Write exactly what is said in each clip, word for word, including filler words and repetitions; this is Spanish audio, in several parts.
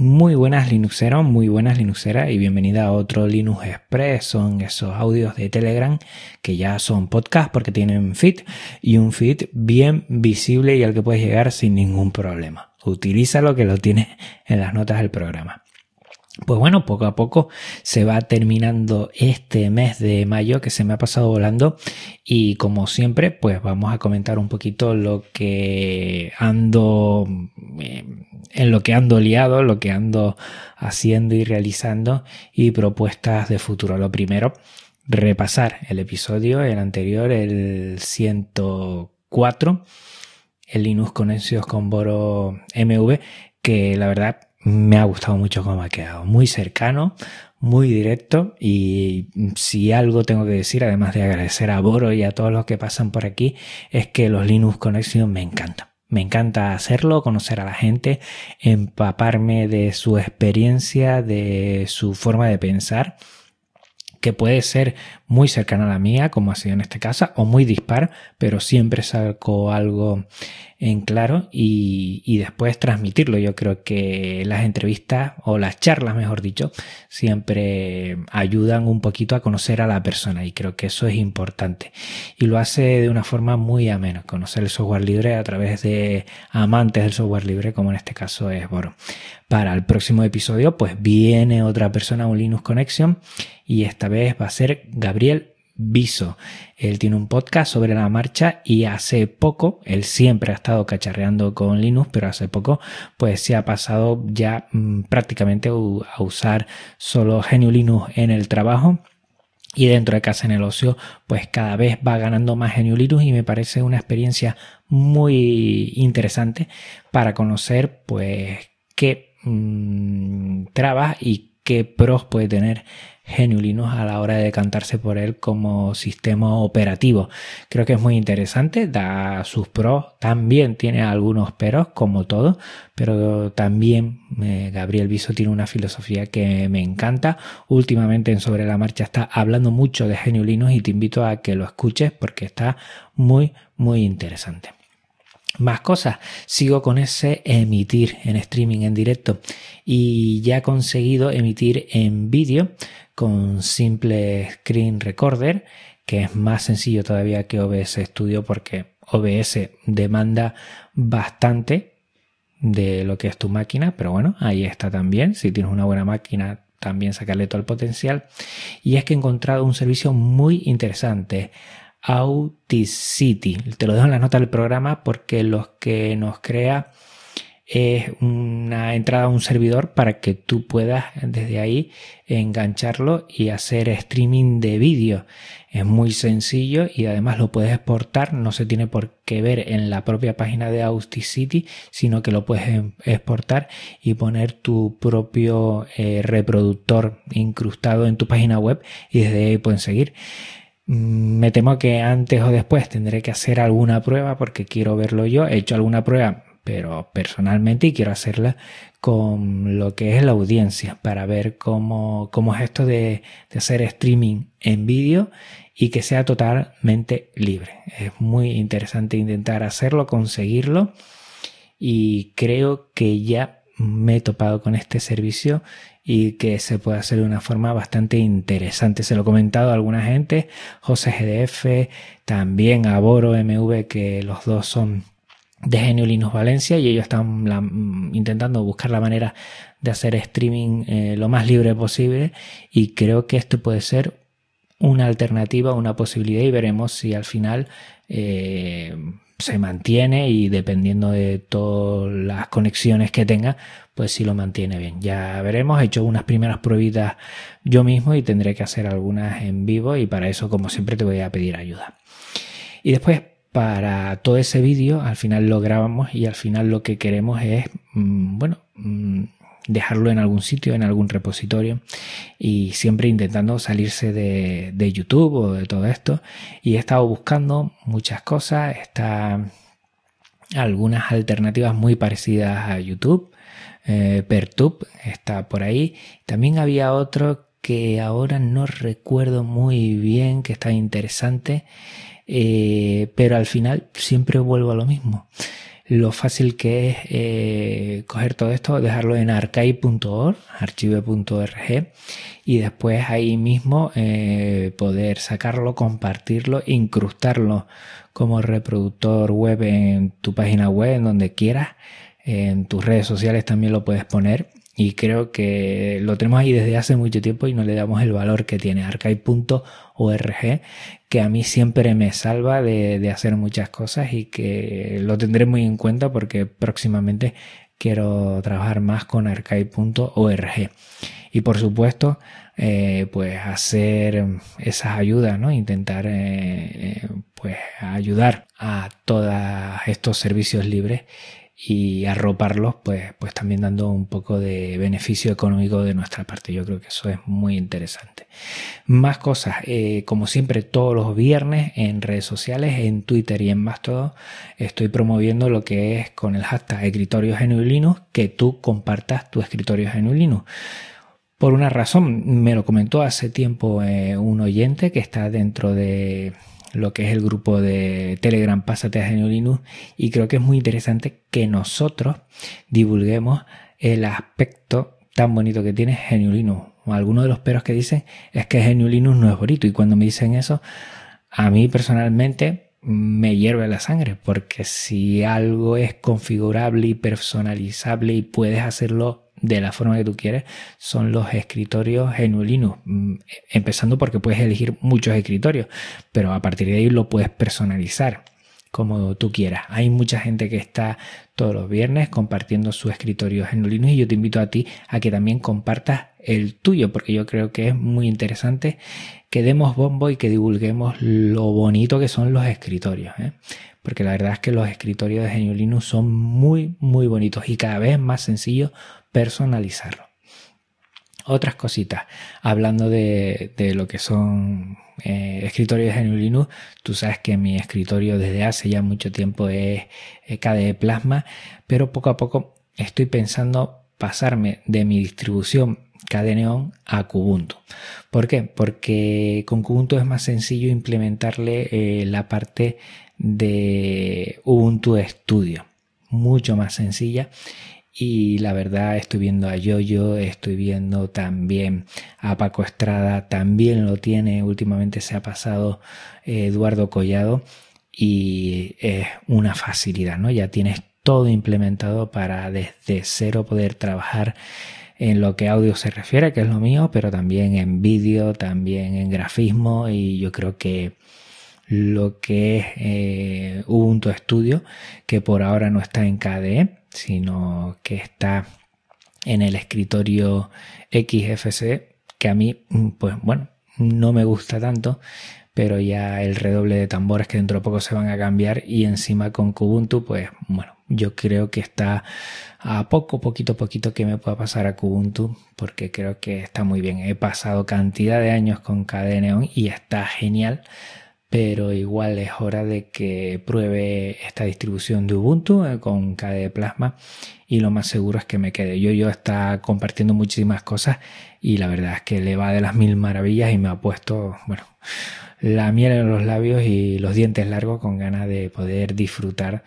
Muy buenas Linuxeros, muy buenas Linuxeras y bienvenida a otro Linux Express. Son esos audios de Telegram que ya son podcast porque tienen feed y un feed bien visible y al que puedes llegar sin ningún problema. Utilízalo, que lo tienes en las notas del programa. Pues bueno, poco a poco se va terminando este mes de mayo que se me ha pasado volando y como siempre pues vamos a comentar un poquito lo que ando, en lo que ando liado, lo que ando haciendo y realizando y propuestas de futuro. Lo primero, repasar el episodio, el anterior, el ciento cuatro, el Linux Conexiones con Boro M V, que la verdad me ha gustado mucho cómo ha quedado, muy cercano, muy directo, y si algo tengo que decir, además de agradecer a Boro y a todos los que pasan por aquí, es que los Linux Conexiones me encantan. Me encanta hacerlo, conocer a la gente, empaparme de su experiencia, de su forma de pensar, que puede ser muy cercana a la mía, como ha sido en este caso, o muy dispar, pero siempre saco algo en claro y, y después transmitirlo. Yo creo que las entrevistas, o las charlas mejor dicho, siempre ayudan un poquito a conocer a la persona y creo que eso es importante. Y lo hace de una forma muy amena, conocer el software libre a través de amantes del software libre, como en este caso es Boro. Para el próximo episodio pues viene otra persona, un Linux Connection, y esta vez va a ser Gabriel Viso. Él tiene un podcast sobre la marcha y hace poco, él siempre ha estado cacharreando con Linux, pero hace poco pues se ha pasado ya mmm, prácticamente a usar solo G N U Linux en el trabajo. Y dentro de casa en el ocio, pues cada vez va ganando más G N U Linux y me parece una experiencia muy interesante para conocer pues qué mmm, trabas y qué pros puede tener G N U Linux a la hora de decantarse por él como sistema operativo. Creo que es muy interesante, da sus pros, también tiene algunos peros como todo, pero también eh, Gabriel Viso tiene una filosofía que me encanta. Últimamente en Sobre la Marcha está hablando mucho de G N U Linux y te invito a que lo escuches porque está muy muy interesante. Más cosas, sigo con ese emitir en streaming en directo y ya he conseguido emitir en vídeo con Simple Screen Recorder, que es más sencillo todavía que O B S Studio porque O B S demanda bastante de lo que es tu máquina, pero bueno, ahí está también. Si tienes una buena máquina, también sacarle todo el potencial. Y es que he encontrado un servicio muy interesante, Audacity. Te lo dejo en las notas del programa porque los que nos crea es una entrada a un servidor para que tú puedas desde ahí engancharlo y hacer streaming de vídeo. Es muy sencillo y además lo puedes exportar, no se tiene por qué ver en la propia página de Audacity, sino que lo puedes exportar y poner tu propio eh, reproductor incrustado en tu página web y desde ahí pueden seguir. Me temo que antes o después tendré que hacer alguna prueba porque quiero verlo yo. He hecho alguna prueba, pero personalmente, y quiero hacerla con lo que es la audiencia para ver cómo, cómo es esto de, de hacer streaming en vídeo y que sea totalmente libre. Es muy interesante intentar hacerlo, conseguirlo, y creo que ya me he topado con este servicio y que se puede hacer de una forma bastante interesante. Se lo he comentado a alguna gente, José G D F, también a Boro M V, que los dos son de G N U Linux Valencia y ellos están la, intentando buscar la manera de hacer streaming eh, lo más libre posible, y creo que esto puede ser una alternativa, una posibilidad, y veremos si al final eh, se mantiene, y dependiendo de todas las conexiones que tenga, pues si lo mantiene bien. Ya veremos. He hecho unas primeras pruebitas yo mismo y tendré que hacer algunas en vivo, y para eso, como siempre, te voy a pedir ayuda. Y después, para todo ese vídeo, al final lo grabamos y al final lo que queremos es, mmm, bueno, mmm, dejarlo en algún sitio, en algún repositorio, y siempre intentando salirse de, de YouTube o de todo esto. Y he estado buscando muchas cosas, está algunas alternativas muy parecidas a YouTube, eh, Pertube está por ahí. También había otro que ahora no recuerdo muy bien, que está interesante, eh, pero al final siempre vuelvo a lo mismo. lo fácil que es eh, coger todo esto, dejarlo en archive punto org, archive punto org, y después ahí mismo eh, poder sacarlo, compartirlo, incrustarlo como reproductor web en tu página web, en donde quieras. En tus redes sociales también lo puedes poner, y creo que lo tenemos ahí desde hace mucho tiempo y no le damos el valor que tiene. archive punto org, que a mí siempre me salva de, de hacer muchas cosas, y que lo tendré muy en cuenta porque próximamente quiero trabajar más con archive punto org. Y por supuesto, eh, pues hacer esas ayudas, ¿no? Intentar eh, pues ayudar a todos estos servicios libres y arroparlos, pues, pues también dando un poco de beneficio económico de nuestra parte. Yo creo que eso es muy interesante. Más cosas, eh, como siempre, todos los viernes en redes sociales, en Twitter y en Mastodon, estoy promoviendo lo que es con el hashtag Escritorio G N U Linux, que tú compartas tu escritorio G N U Linux. Por una razón, me lo comentó hace tiempo eh, un oyente que está dentro de lo que es el grupo de Telegram Pásate a G N U Linux, y creo que es muy interesante que nosotros divulguemos el aspecto tan bonito que tiene G N U Linux. Algunos de los peros que dicen es que G N U Linux no es bonito, y cuando me dicen eso, a mí personalmente me hierve la sangre, porque si algo es configurable y personalizable y puedes hacerlo de la forma que tú quieres, son los escritorios G N U Linux. Empezando porque puedes elegir muchos escritorios, pero a partir de ahí lo puedes personalizar como tú quieras. Hay mucha gente que está todos los viernes compartiendo su escritorio G N U Linux, y yo te invito a ti a que también compartas el tuyo, porque yo creo que es muy interesante que demos bombo y que divulguemos lo bonito que son los escritorios, ¿eh? Porque la verdad es que los escritorios de G N U Linux son muy muy bonitos, y cada vez más sencillo personalizarlo. Otras cositas, hablando de, de lo que son eh, escritorios de G N U Linux, tú sabes que mi escritorio desde hace ya mucho tiempo es eh, K D E Plasma, pero poco a poco estoy pensando pasarme de mi distribución K D E Neon a Kubuntu. ¿Por qué? Porque con Kubuntu es más sencillo implementarle eh, la parte de Ubuntu Studio, mucho más sencilla. Y la verdad, estoy viendo a Yoyo, estoy viendo también a Paco Estrada, también lo tiene, últimamente se ha pasado eh, Eduardo Collado, y es una facilidad, ¿no? Ya tienes todo implementado para desde cero poder trabajar en lo que audio se refiere, que es lo mío, pero también en vídeo, también en grafismo, y yo creo que lo que es eh, Ubuntu Studio, que por ahora no está en K D E, sino que está en el escritorio X F C, que a mí, pues bueno, no me gusta tanto, pero ya el redoble de tambores que dentro de poco se van a cambiar, y encima con Kubuntu, pues bueno, yo creo que está a poco, poquito, poquito que me pueda pasar a Kubuntu, porque creo que está muy bien. He pasado cantidad de años con K D E Neon y está genial, pero igual es hora de que pruebe esta distribución de Ubuntu eh, con K D E Plasma, y lo más seguro es que me quede. Yo yo está compartiendo muchísimas cosas, y la verdad es que le va de las mil maravillas, y me ha puesto, bueno, la miel en los labios y los dientes largos, con ganas de poder disfrutar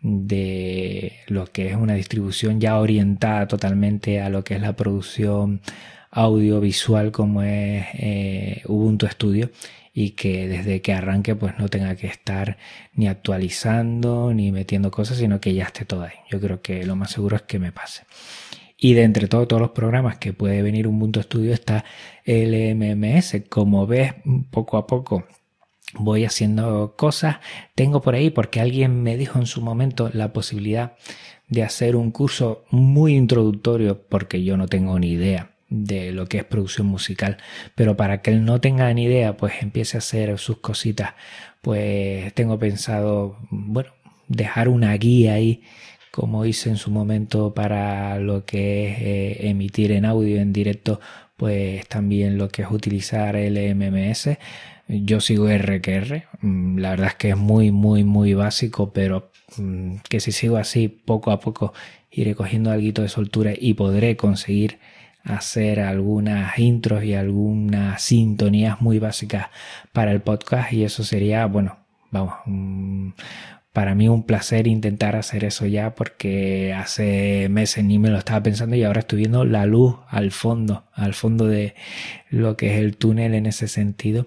de lo que es una distribución ya orientada totalmente a lo que es la producción audiovisual, como es eh, Ubuntu Studio, y que desde que arranque pues no tenga que estar ni actualizando ni metiendo cosas, sino que ya esté todo ahí. Yo creo que lo más seguro es que me pase. Y de entre todo, todos los programas que puede venir Ubuntu Studio está L M M S. Como ves, poco a poco voy haciendo cosas. Tengo por ahí, porque alguien me dijo en su momento, la posibilidad de hacer un curso muy introductorio, porque yo no tengo ni idea de lo que es producción musical, pero para que él no tenga ni idea, pues empiece a hacer sus cositas. Pues tengo pensado, bueno, dejar una guía ahí, como hice en su momento para lo que es eh, emitir en audio en directo, pues también lo que es utilizar L M M S. Yo sigo R que R, la verdad es que es muy muy muy básico, pero que si sigo así, poco a poco iré cogiendo algo de soltura y podré conseguir hacer algunas intros y algunas sintonías muy básicas para el podcast, y eso sería, bueno, vamos, para mí un placer intentar hacer eso ya, porque hace meses ni me lo estaba pensando y ahora estoy viendo la luz al fondo, al fondo de lo que es el túnel en ese sentido.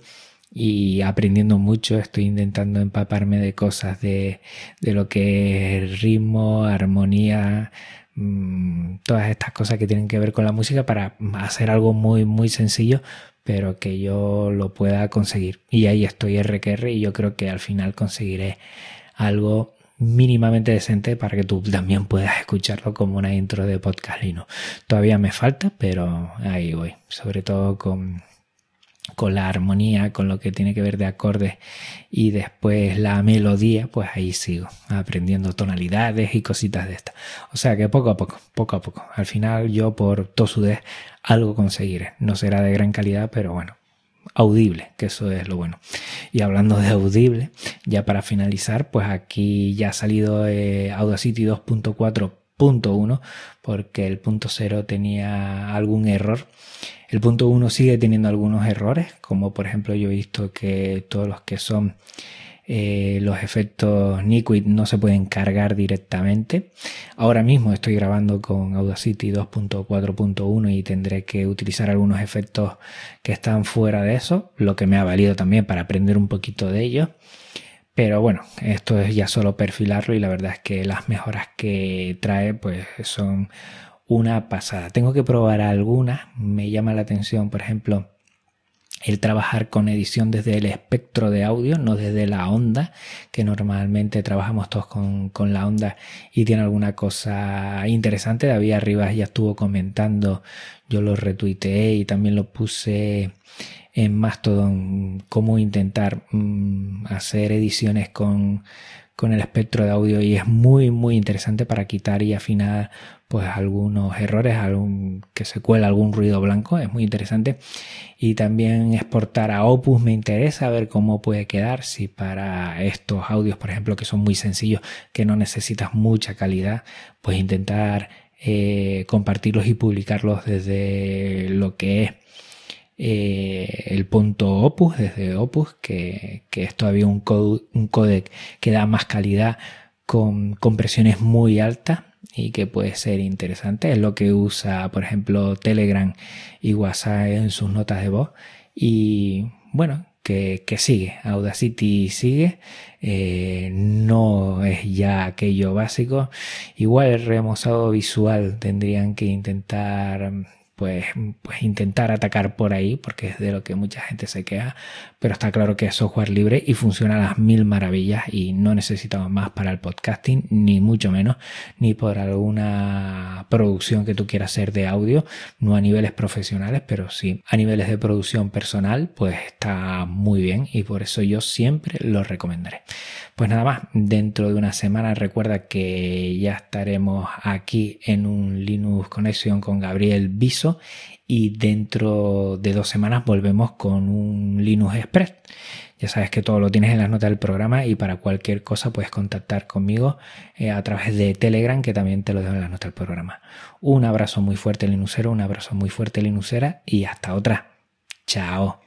Y aprendiendo mucho, estoy intentando empaparme de cosas de, de lo que es ritmo, armonía, mmm, todas estas cosas que tienen que ver con la música para hacer algo muy muy sencillo, pero que yo lo pueda conseguir. Y ahí estoy R que R y yo creo que al final conseguiré algo mínimamente decente para que tú también puedas escucharlo como una intro de Podcast Linux. Todavía me falta, pero ahí voy, sobre todo con... con la armonía, con lo que tiene que ver de acordes y después la melodía, pues ahí sigo aprendiendo tonalidades y cositas de estas. O sea que poco a poco, poco a poco. Al final yo por tosudez algo conseguiré. No será de gran calidad, pero bueno, audible, que eso es lo bueno. Y hablando de audible, ya para finalizar, pues aquí ya ha salido eh, Audacity dos punto cuatro punto uno porque el punto cero tenía algún error. El punto uno sigue teniendo algunos errores, como por ejemplo yo he visto que todos los que son eh, los efectos Liquid no se pueden cargar directamente. Ahora mismo estoy grabando con Audacity dos punto cuatro punto uno y tendré que utilizar algunos efectos que están fuera de eso, lo que me ha valido también para aprender un poquito de ellos. Pero bueno, esto es ya solo perfilarlo y la verdad es que las mejoras que trae pues son una pasada. Tengo que probar algunas, me llama la atención, por ejemplo, el trabajar con edición desde el espectro de audio, no desde la onda, que normalmente trabajamos todos con, con la onda y tiene alguna cosa interesante. David Arribas ya estuvo comentando, yo lo retuiteé y también lo puse en Mastodon, cómo intentar mmm, hacer ediciones con, con el espectro de audio y es muy muy interesante para quitar y afinar pues algunos errores, algún, que se cuela algún ruido blanco, es muy interesante. Y también exportar a Opus me interesa ver cómo puede quedar, si para estos audios por ejemplo que son muy sencillos, que no necesitas mucha calidad, pues intentar eh, compartirlos y publicarlos desde lo que es Eh, el punto Opus, desde Opus, que, que es todavía un, co un códec que da más calidad con compresiones muy altas y que puede ser interesante. Es lo que usa por ejemplo Telegram y WhatsApp en sus notas de voz y bueno, que, que sigue, Audacity sigue, eh, no es ya aquello básico. Igual el remozado visual tendrían que intentar Pues, pues intentar atacar por ahí, porque es de lo que mucha gente se queja, pero está claro que es software libre y funciona a las mil maravillas y no necesitamos más para el podcasting, ni mucho menos, ni por alguna producción que tú quieras hacer de audio, no a niveles profesionales, pero sí a niveles de producción personal, pues está muy bien y por eso yo siempre lo recomendaré. Pues nada más, dentro de una semana recuerda que ya estaremos aquí en un Linux Connection con Gabriel Viso y dentro de dos semanas volvemos con un Linux Express. Ya sabes que todo lo tienes en las notas del programa y para cualquier cosa puedes contactar conmigo eh, a través de Telegram, que también te lo dejo en las notas del programa. Un abrazo muy fuerte Linuxero, un abrazo muy fuerte Linuxera y hasta otra. Chao.